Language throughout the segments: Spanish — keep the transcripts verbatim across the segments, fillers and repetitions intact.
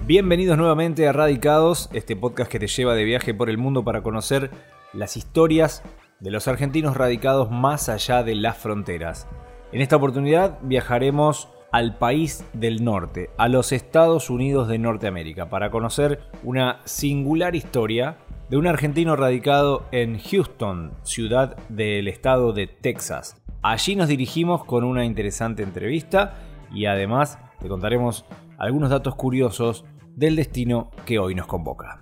Bienvenidos nuevamente a Radicados, este podcast que te lleva de viaje por el mundo para conocer las historias de los argentinos radicados más allá de las fronteras. En esta oportunidad viajaremos al país del norte, a los Estados Unidos de Norteamérica, para conocer una singular historia de un argentino radicado en Houston, ciudad del estado de Texas. Allí nos dirigimos con una interesante entrevista y además te contaremos algunos datos curiosos del destino que hoy nos convoca.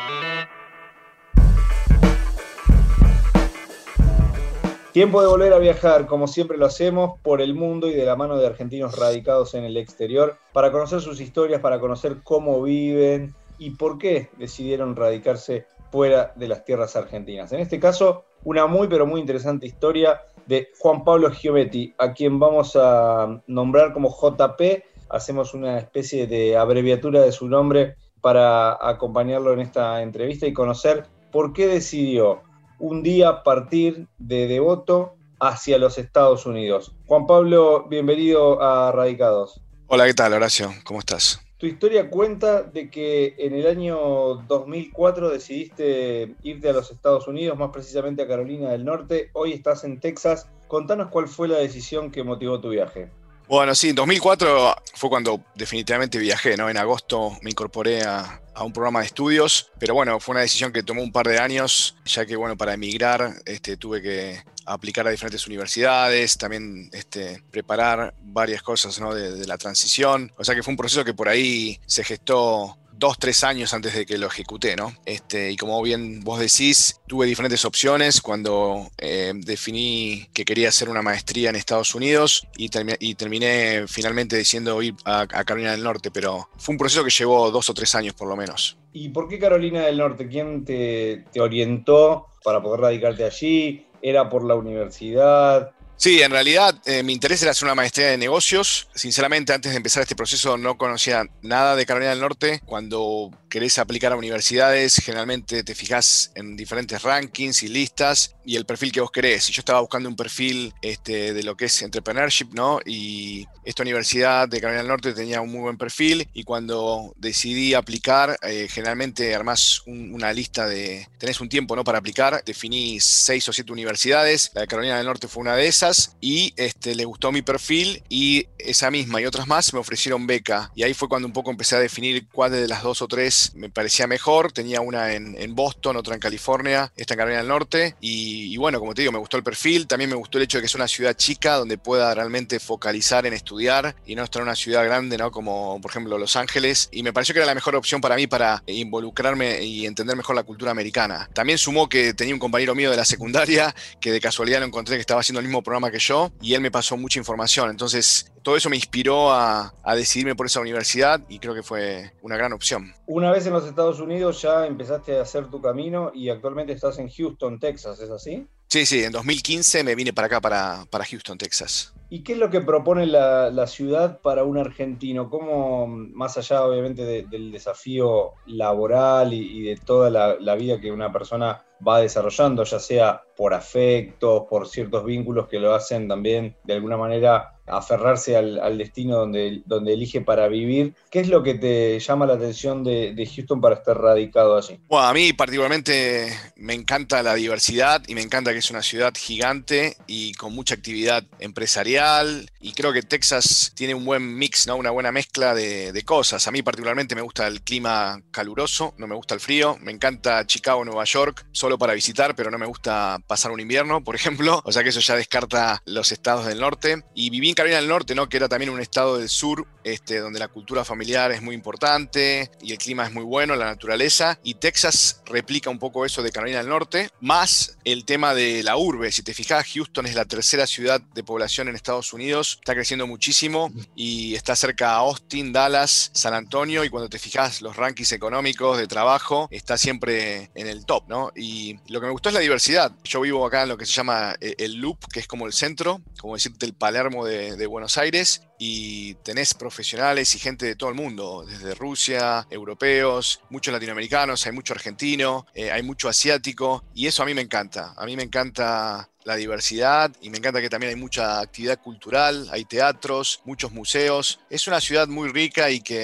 Tiempo de volver a viajar, como siempre lo hacemos, por el mundo y de la mano de argentinos radicados en el exterior, para conocer sus historias, para conocer cómo viven y por qué decidieron radicarse fuera de las tierras argentinas. En este caso, una muy pero muy interesante historia de Juan Pablo Giommetti, a quien vamos a nombrar como J P. Hacemos una especie de abreviatura de su nombre para acompañarlo en esta entrevista y conocer por qué decidió un día partir de Devoto hacia los Estados Unidos. Juan Pablo, bienvenido a Radicados. Hola, ¿qué tal, Horacio? ¿Cómo estás? Tu historia cuenta de que en el año dos mil cuatro decidiste irte a los Estados Unidos, más precisamente a Carolina del Norte. Hoy estás en Texas. Contanos cuál fue la decisión que motivó tu viaje. Bueno, sí, en dos mil cuatro fue cuando definitivamente viajé, ¿no? En agosto me incorporé a, a un programa de estudios, pero bueno, fue una decisión que tomó un par de años, ya que, bueno, para emigrar este, tuve que aplicar a diferentes universidades, también este, preparar varias cosas, ¿no? de, de la transición, o sea que fue un proceso que por ahí se gestó dos, tres años antes de que lo ejecuté, ¿no? Este, y como bien vos decís, tuve diferentes opciones cuando eh, definí que quería hacer una maestría en Estados Unidos y, termi- y terminé finalmente diciendo ir a, a Carolina del Norte, pero fue un proceso que llevó dos o tres años por lo menos. ¿Y por qué Carolina del Norte? ¿Quién te, te orientó para poder radicarte allí? ¿Era por la universidad? Sí, en realidad eh, mi interés era hacer una maestría de negocios. Sinceramente, antes de empezar este proceso no conocía nada de Carolina del Norte. Cuando querés aplicar a universidades, generalmente te fijás en diferentes rankings y listas y el perfil que vos querés. Y yo estaba buscando un perfil este, de lo que es entrepreneurship, ¿no? Y esta universidad de Carolina del Norte tenía un muy buen perfil y cuando decidí aplicar, eh, generalmente armás un, una lista de... Tenés un tiempo, ¿no? Para aplicar. Definí seis o siete universidades. La de Carolina del Norte fue una de esas. Y este, le gustó mi perfil y esa misma y otras más me ofrecieron beca y ahí fue cuando un poco empecé a definir cuál de las dos o tres me parecía mejor. Tenía una en, en Boston, otra en California, esta en Carolina del Norte y, y bueno, como te digo, me gustó el perfil, también me gustó el hecho de que es una ciudad chica donde pueda realmente focalizar en estudiar y no estar en una ciudad grande, ¿no? Como por ejemplo Los Ángeles, y me pareció que era la mejor opción para mí para involucrarme y entender mejor la cultura americana. También sumó que tenía un compañero mío de la secundaria que de casualidad lo encontré que estaba haciendo el mismo programa que yo y él me pasó mucha información, entonces todo eso me inspiró a, a decidirme por esa universidad y creo que fue una gran opción. Una vez en los Estados Unidos ya empezaste a hacer tu camino y actualmente estás en Houston, Texas, ¿es así? Sí, sí, en dos mil quince me vine para acá, para, para Houston, Texas. ¿Y qué es lo que propone la, la ciudad para un argentino? ¿Cómo, más allá obviamente de, del desafío laboral y, y de toda la, la vida que una persona va desarrollando, ya sea por afectos, por ciertos vínculos que lo hacen también de alguna manera aferrarse al, al destino donde, donde elige para vivir? ¿Qué es lo que te llama la atención de, de Houston para estar radicado allí? Bueno, a mí particularmente me encanta la diversidad y me encanta que es una ciudad gigante y con mucha actividad empresarial y creo que Texas tiene un buen mix, ¿no? Una buena mezcla de, de cosas. A mí particularmente me gusta el clima caluroso, no me gusta el frío, me encanta Chicago, Nueva York, solo para visitar, pero no me gusta pasar un invierno, por ejemplo, o sea que eso ya descarta los estados del norte. Y viví en Carolina del Norte, ¿no? Que era también un estado del sur, este, donde la cultura familiar es muy importante y el clima es muy bueno, la naturaleza, y Texas replica un poco eso de Carolina del Norte, más el tema de la urbe. Si te fijas, Houston es la tercera ciudad de población en Estados Unidos, está creciendo muchísimo y está cerca a Austin, Dallas, San Antonio, y cuando te fijas los rankings económicos de trabajo, está siempre en el top, ¿no? Y lo que me gustó es la diversidad. Yo vivo acá en lo que se llama el Loop, que es como el centro, como decirte el Palermo de, de Buenos Aires, y tenés profesionales y gente de todo el mundo, desde Rusia, europeos, muchos latinoamericanos, hay mucho argentino, eh, hay mucho asiático, y eso a mí me encanta. A mí me encanta la diversidad y me encanta que también hay mucha actividad cultural, hay teatros, muchos museos. Es una ciudad muy rica y que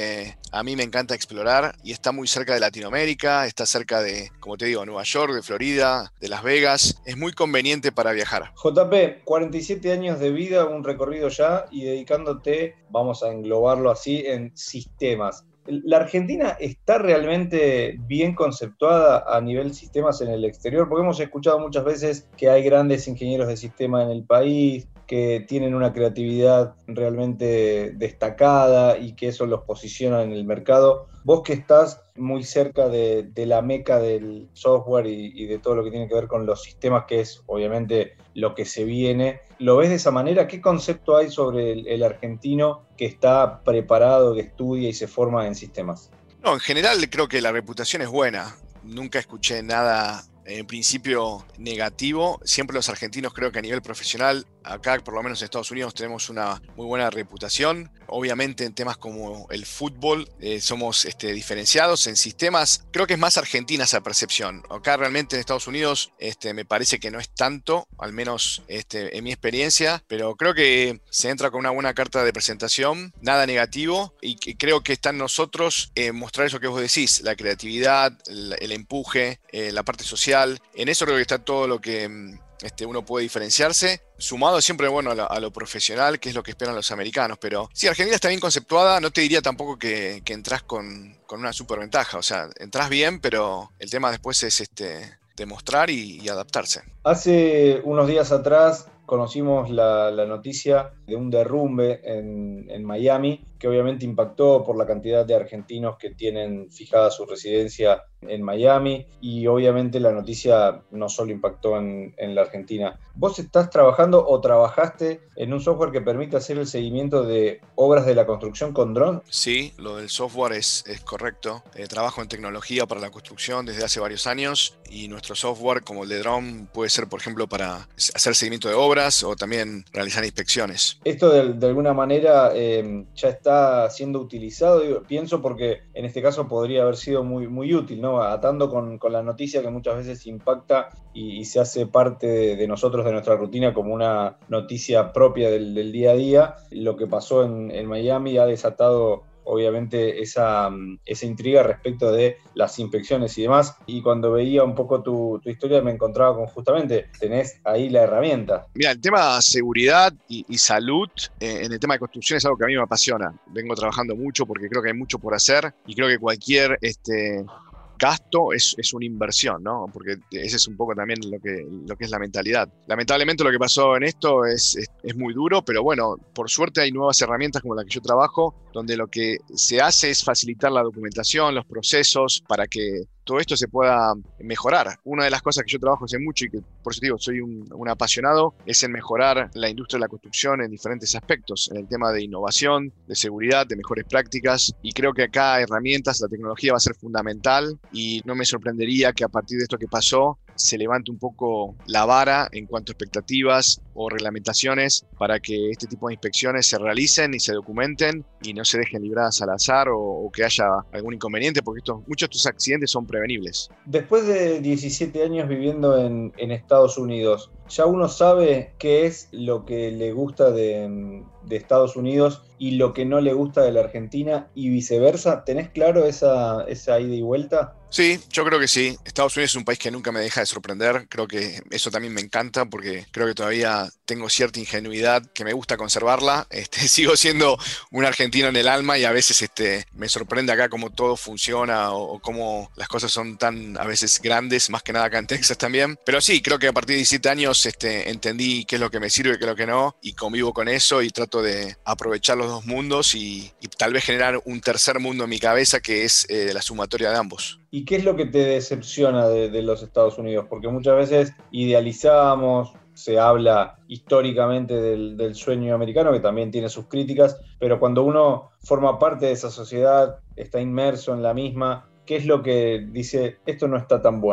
A mí me encanta explorar y está muy cerca de Latinoamérica, está cerca de, como te digo, Nueva York, de Florida, de Las Vegas. Es muy conveniente para viajar. J P, cuarenta y siete años de vida, un recorrido ya y dedicándote, vamos a englobarlo así, en sistemas. ¿La Argentina está realmente bien conceptuada a nivel sistemas en el exterior? Porque hemos escuchado muchas veces que hay grandes ingenieros de sistema en el país, que tienen una creatividad realmente destacada y que eso los posiciona en el mercado. Vos que estás muy cerca de, de la meca del software y, y de todo lo que tiene que ver con los sistemas, que es obviamente lo que se viene, ¿lo ves de esa manera? ¿Qué concepto hay sobre el, el argentino que está preparado, que estudia y se forma en sistemas? No, en general creo que la reputación es buena. Nunca escuché nada en principio negativo. Siempre los argentinos, creo que a nivel profesional, acá por lo menos en Estados Unidos tenemos una muy buena reputación. Obviamente en temas como el fútbol eh, somos este, diferenciados. En sistemas creo que es más argentina esa percepción. Acá realmente en Estados Unidos este, me parece que no es tanto, al menos este, en mi experiencia, pero creo que se entra con una buena carta de presentación, nada negativo, y que creo que está en nosotros eh, mostrar eso que vos decís, la creatividad, el, el empuje, eh, la parte social. En eso creo que está todo lo que este, uno puede diferenciarse, sumado siempre bueno, a, lo, a lo profesional, que es lo que esperan los americanos. Pero sí, Argentina está bien conceptuada, no te diría tampoco que, que entras con, con una superventaja. O sea, entras bien, pero el tema después es este, demostrar y, y adaptarse. Hace unos días atrás conocimos la, la noticia de un derrumbe en, en Miami, que obviamente impactó por la cantidad de argentinos que tienen fijada su residencia en Miami, y obviamente la noticia no solo impactó en, en la Argentina. ¿Vos estás trabajando o trabajaste en un software que permite hacer el seguimiento de obras de la construcción con dron? Sí, lo del software es, es correcto. Eh, trabajo en tecnología para la construcción desde hace varios años, y nuestro software, como el de drone, puede ser, por ejemplo, para hacer seguimiento de obras o también realizar inspecciones. Esto de, de alguna manera eh, ya está siendo utilizado, digo, pienso porque en este caso podría haber sido muy, muy útil, ¿no? Atando con, con la noticia que muchas veces impacta y, y se hace parte de, de nosotros, de nuestra rutina, como una noticia propia del, del día a día. Lo que pasó en, en Miami ha desatado obviamente esa, esa intriga respecto de las inspecciones y demás, y cuando veía un poco tu, tu historia me encontraba con justamente, tenés ahí la herramienta. Mira, el tema seguridad y, y salud eh, en el tema de construcción es algo que a mí me apasiona. Vengo trabajando mucho porque creo que hay mucho por hacer, y creo que cualquier este, gasto es, es una inversión, ¿no? Porque ese es un poco también lo que, lo que es la mentalidad. Lamentablemente lo que pasó en esto es, es, es muy duro, pero bueno, por suerte hay nuevas herramientas como la que yo trabajo, donde lo que se hace es facilitar la documentación, los procesos, para que todo esto se pueda mejorar. Una de las cosas que yo trabajo hace mucho, y que por eso digo, soy un, un apasionado, es en mejorar la industria de la construcción en diferentes aspectos, en el tema de innovación, de seguridad, de mejores prácticas, y creo que acá herramientas, la tecnología va a ser fundamental, y no me sorprendería que a partir de esto que pasó se levante un poco la vara en cuanto a expectativas o reglamentaciones para que este tipo de inspecciones se realicen y se documenten y no se dejen libradas al azar, o, o que haya algún inconveniente, porque estos, muchos de estos accidentes son prevenibles. Después de diecisiete años viviendo en, en Estados Unidos, ¿ya uno sabe qué es lo que le gusta de, de Estados Unidos y lo que no le gusta de la Argentina y viceversa? ¿Tenés claro esa, esa ida y vuelta? Sí, yo creo que sí. Estados Unidos es un país que nunca me deja de sorprender. Creo que eso también me encanta, porque creo que todavía tengo cierta ingenuidad que me gusta conservarla. Este, sigo siendo un argentino en el alma, y a veces este, me sorprende acá cómo todo funciona, o, o cómo las cosas son tan a veces grandes, más que nada acá en Texas también. Pero sí, creo que a partir de diecisiete años este, entendí qué es lo que me sirve y qué es lo que no, y convivo con eso y trato de aprovechar los dos mundos y, y tal vez generar un tercer mundo en mi cabeza, que es eh, la sumatoria de ambos. ¿Y qué es lo que te decepciona de, de los Estados Unidos? Porque muchas veces idealizamos, se habla históricamente del, del sueño americano, que también tiene sus críticas, pero cuando uno forma parte de esa sociedad, está inmerso en la misma, ¿qué es lo que dice, esto no está tan bueno?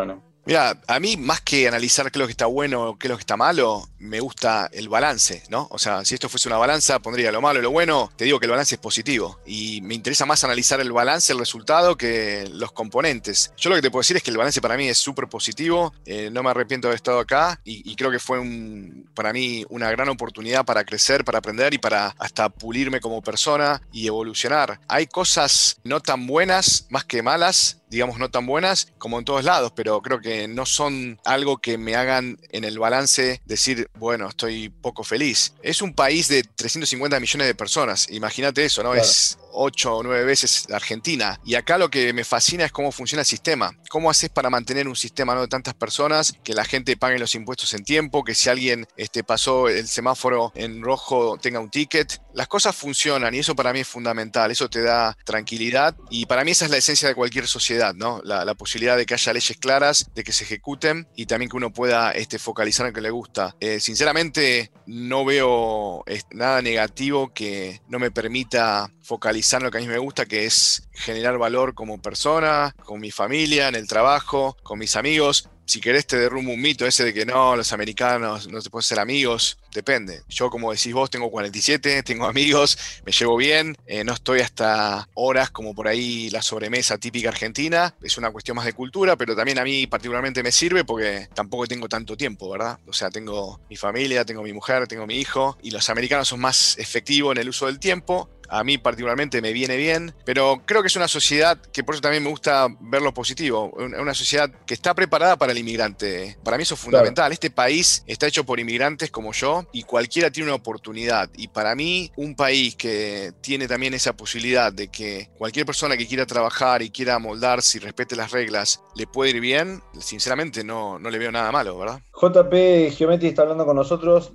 Mira, a mí más que analizar qué es lo que está bueno o qué es lo que está malo, me gusta el balance, ¿no? O sea, si esto fuese una balanza, pondría lo malo y lo bueno, te digo que el balance es positivo. Y me interesa más analizar el balance, el resultado, que los componentes. Yo lo que te puedo decir es que el balance para mí es súper positivo, eh, no me arrepiento de haber estado acá y, y creo que fue un, para mí una gran oportunidad para crecer, para aprender y para hasta pulirme como persona y evolucionar. Hay cosas no tan buenas, más que malas, digamos no tan buenas como en todos lados, pero creo que no son algo que me hagan en el balance decir, bueno, estoy poco feliz. Es un país de trescientos cincuenta millones de personas, imagínate eso, ¿no? Claro. Es ocho o nueve veces Argentina. Y acá lo que me fascina es cómo funciona el sistema. ¿Cómo haces para mantener un sistema, ¿no?, de tantas personas, que la gente pague los impuestos en tiempo, que si alguien este, pasó el semáforo en rojo tenga un ticket? Las cosas funcionan y eso para mí es fundamental, eso te da tranquilidad y para mí esa es la esencia de cualquier sociedad, ¿no? La, la posibilidad de que haya leyes claras, de que se ejecuten y también que uno pueda este, focalizar en lo que le gusta. Eh, sinceramente no veo este, nada negativo que no me permita focalizar en lo que a mí me gusta, que es generar valor como persona, con mi familia, en el trabajo, con mis amigos. Si querés te derrumbo un mito ese de que no, los americanos no se pueden ser amigos, depende. Yo, como decís vos, tengo cuarenta y siete, tengo amigos, me llevo bien, eh, no estoy hasta horas como por ahí la sobremesa típica argentina, es una cuestión más de cultura, pero también a mí particularmente me sirve porque tampoco tengo tanto tiempo, ¿verdad? O sea, tengo mi familia, tengo mi mujer, tengo mi hijo, y los americanos son más efectivos en el uso del tiempo. A mí particularmente me viene bien, pero creo que es una sociedad que por eso también me gusta ver lo positivo, una sociedad que está preparada para el inmigrante. Para mí eso es fundamental. Claro. Este país está hecho por inmigrantes como yo y cualquiera tiene una oportunidad. Y para mí un país que tiene también esa posibilidad de que cualquier persona que quiera trabajar y quiera moldarse y respete las reglas le puede ir bien, sinceramente no, no le veo nada malo, ¿verdad? J P Giometti está hablando con nosotros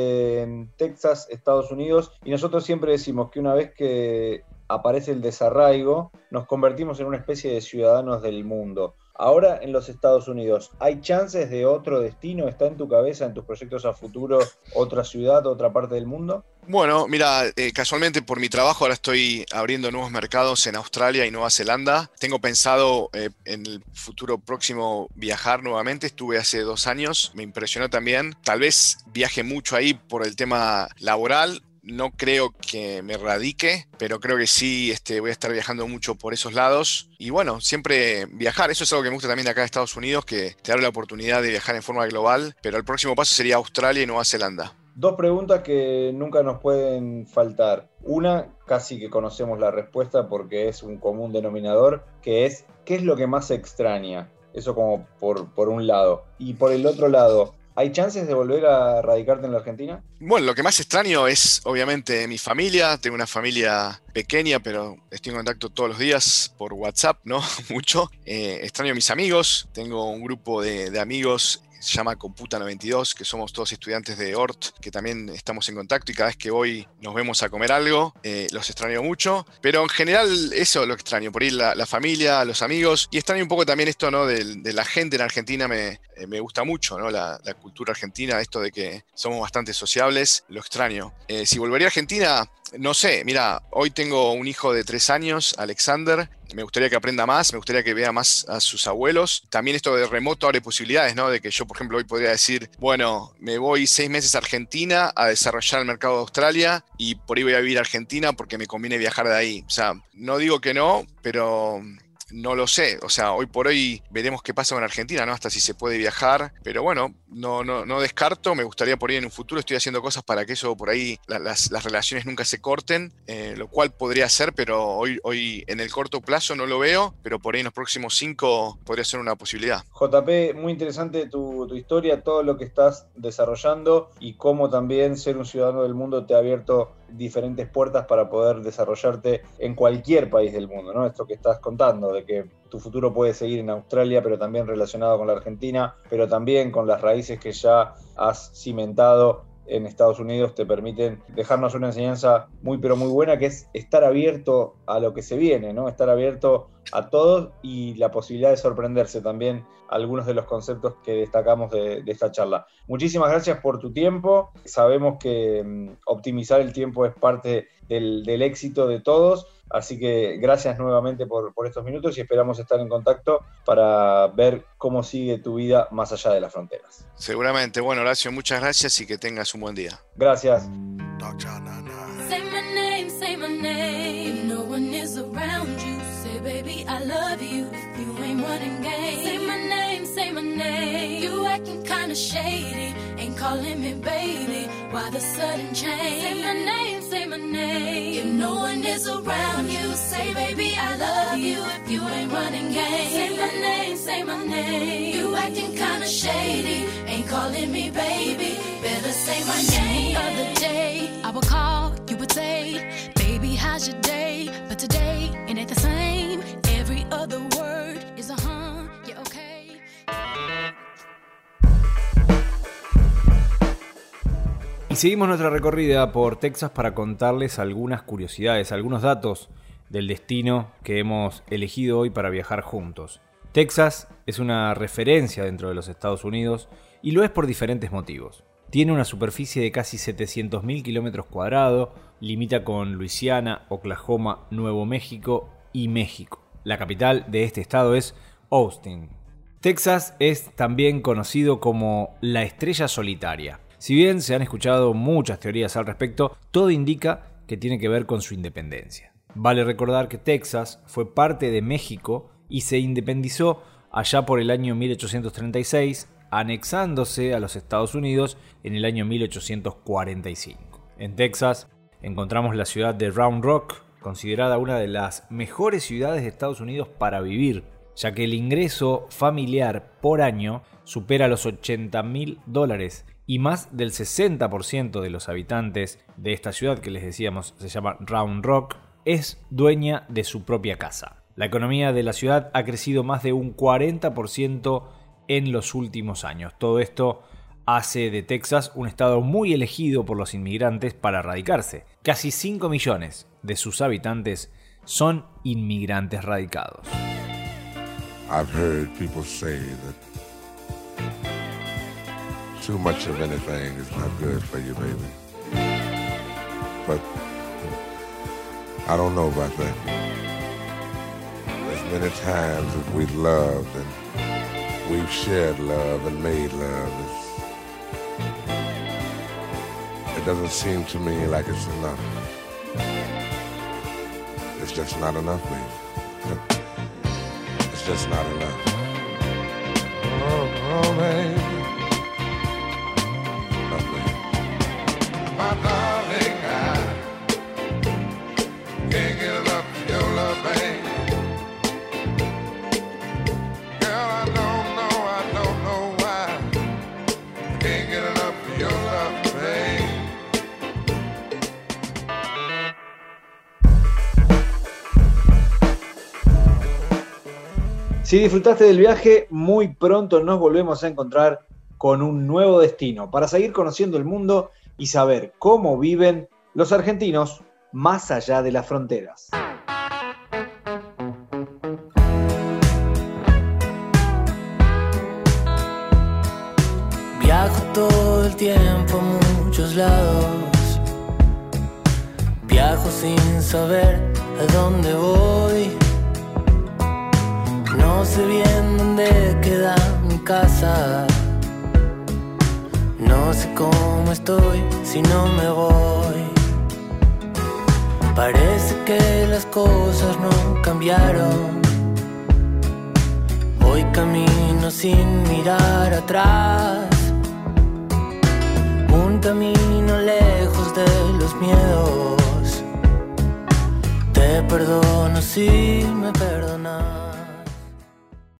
desde Texas, Estados Unidos, y nosotros siempre decimos que una vez que aparece el desarraigo, nos convertimos en una especie de ciudadanos del mundo. Ahora en los Estados Unidos, ¿hay chances de otro destino? ¿Está en tu cabeza, en tus proyectos a futuro, otra ciudad, otra parte del mundo? Bueno, mira, eh, casualmente por mi trabajo ahora estoy abriendo nuevos mercados en Australia y Nueva Zelanda. Tengo pensado eh, en el futuro próximo viajar nuevamente. Estuve hace dos años, me impresionó también. Tal vez viaje mucho ahí por el tema laboral. No creo que me radique, pero creo que sí este, voy a estar viajando mucho por esos lados. Y bueno, siempre viajar. Eso es algo que me gusta también de acá de Estados Unidos, que te abre la oportunidad de viajar en forma global. Pero el próximo paso sería Australia y Nueva Zelanda. Dos preguntas que nunca nos pueden faltar. Una, casi que conocemos la respuesta porque es un común denominador, que es ¿qué es lo que más se extraña? Eso como por, por un lado. Y por el otro lado, ¿hay chances de volver a radicarte en la Argentina? Bueno, lo que más extraño es obviamente mi familia. Tengo una familia pequeña, pero estoy en contacto todos los días por WhatsApp, ¿no? Mucho. Eh, extraño a mis amigos. Tengo un grupo de, de amigos, se llama Computa noventa y dos, que somos todos estudiantes de Ort, que también estamos en contacto y cada vez que voy nos vemos a comer algo. Eh, los extraño mucho, pero en general eso lo extraño, por ir la, la familia, los amigos, y extraño un poco también esto, ¿no?, de, de la gente en Argentina. Me, eh, me gusta mucho, ¿no?, la, la cultura argentina, esto de que somos bastante sociables, lo extraño. Eh, si volvería a Argentina, no sé, mira, hoy tengo un hijo de tres años, Alexander. Me gustaría que aprenda más, me gustaría que vea más a sus abuelos. También esto de remoto abre posibilidades, ¿no? De que yo, por ejemplo, hoy podría decir, bueno, me voy seis meses a Argentina a desarrollar el mercado de Australia y por ahí voy a vivir a Argentina porque me conviene viajar de ahí. O sea, no digo que no, pero no lo sé. O sea, hoy por hoy veremos qué pasa con Argentina, ¿no? Hasta si se puede viajar. Pero bueno, no, no, no descarto. Me gustaría por ahí en un futuro. Estoy haciendo cosas para que eso por ahí, la, las, las relaciones nunca se corten, eh, lo cual podría ser, pero hoy, hoy en el corto plazo no lo veo. Pero por ahí en los próximos cinco podría ser una posibilidad. J P, muy interesante tu, tu historia, todo lo que estás desarrollando y cómo también ser un ciudadano del mundo te ha abierto diferentes puertas para poder desarrollarte en cualquier país del mundo, ¿no? Esto que estás contando, de que tu futuro puede seguir en Australia, pero también relacionado con la Argentina, pero también con las raíces que ya has cimentado en Estados Unidos, te permiten dejarnos una enseñanza muy pero muy buena, que es estar abierto a lo que se viene, ¿no? Estar abierto a todos y la posibilidad de sorprenderse también algunos de los conceptos que destacamos de, de esta charla. Muchísimas gracias por tu tiempo. Sabemos que um, optimizar el tiempo es parte del, del éxito de todos, Así que gracias nuevamente por, por estos minutos y esperamos estar en contacto para ver cómo sigue tu vida más allá de las fronteras. Seguramente. Bueno, Horacio, muchas gracias y que tengas un buen día. Gracias. Say my name, say my name. If no one is around you, say baby I love you. If you ain't running game, say my name, say my name. You acting kinda shady, ain't calling me baby. Why the sudden change? Say my name, say my name. If no one is around you, say baby I love you. If you ain't running game, say my name, say my name. You acting kinda shady, ain't calling me baby. Better say my name. The other day I would call, you would say, baby how's your day? But today it ain't the same. Every other word is a huh, yeah okay. Y seguimos nuestra recorrida por Texas para contarles algunas curiosidades, algunos datos del destino que hemos elegido hoy para viajar juntos. Texas es una referencia dentro de los Estados Unidos y lo es por diferentes motivos. Tiene una superficie de casi setecientos mil kilómetros cuadrados, limita con Luisiana, Oklahoma, Nuevo México y México. La capital de este estado es Austin. Texas es también conocido como la estrella solitaria. Si bien se han escuchado muchas teorías al respecto, todo indica que tiene que ver con su independencia. Vale recordar que Texas fue parte de México y se independizó allá por el año mil ochocientos treinta y seis, anexándose a los Estados Unidos en el año mil ochocientos cuarenta y cinco. En Texas encontramos la ciudad de Round Rock, considerada una de las mejores ciudades de Estados Unidos para vivir, ya que el ingreso familiar por año supera los ochenta mil dólares y más del sesenta por ciento de los habitantes de esta ciudad, que les decíamos se llama Round Rock, es dueña de su propia casa. La economía de la ciudad ha crecido más de un cuarenta por ciento en los últimos años. Todo esto hace de Texas un estado muy elegido por los inmigrantes para radicarse. Casi cinco millones de sus habitantes son inmigrantes radicados. I've heard people say that too much of anything is not good for you, baby. But I don't know about that. As many times as we've loved and we've shared love and made love, it's, it doesn't seem to me like it's enough. It's just not enough, baby. It's just not enough. Oh, oh baby. Oh, baby. My darling, I can't get enough of your love, baby. Girl, I don't know, I don't know why. Can't get enough of your love, baby. Si disfrutaste del viaje, muy pronto nos volvemos a encontrar con un nuevo destino para seguir conociendo el mundo y saber cómo viven los argentinos más allá de las fronteras. Viajo todo el tiempo a muchos lados. Viajo sin saber a dónde voy. No sé bien dónde queda mi casa. No sé cómo estoy si no me voy. Parece que las cosas no cambiaron. Hoy camino sin mirar atrás. Un camino lejos de los miedos. Te perdono si me perdonas.